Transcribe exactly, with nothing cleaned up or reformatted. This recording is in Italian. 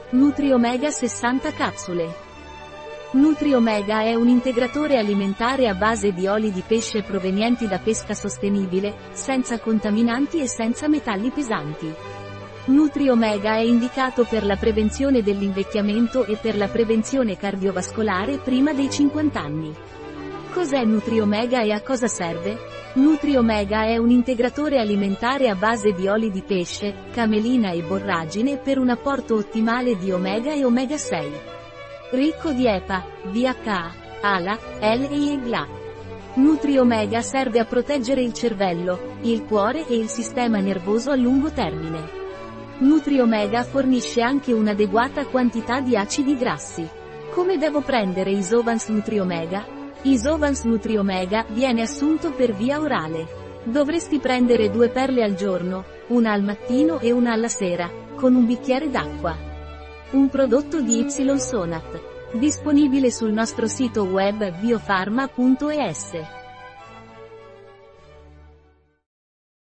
Nutriomega sessanta capsule. Nutriomega è un integratore alimentare a base di oli di pesce provenienti da pesca sostenibile, senza contaminanti e senza metalli pesanti. Nutriomega è indicato per la prevenzione dell'invecchiamento e per la prevenzione cardiovascolare prima dei cinquanta anni. Cos'è Nutriomega e a cosa serve? Nutriomega è un integratore alimentare a base di oli di pesce, camelina e borragine per un apporto ottimale di omega e omega sei. Ricco di E P A, D H A, A L A, L e G L A. Nutriomega serve a proteggere il cervello, il cuore e il sistema nervoso a lungo termine. Nutriomega fornisce anche un'adeguata quantità di acidi grassi. Come devo prendere Isovans Nutriomega? Isovans Nutriomega viene assunto per via orale. Dovresti prendere due perle al giorno, una al mattino e una alla sera, con un bicchiere d'acqua. Un prodotto di Ysonat. Disponibile sul nostro sito web biofarma punto es.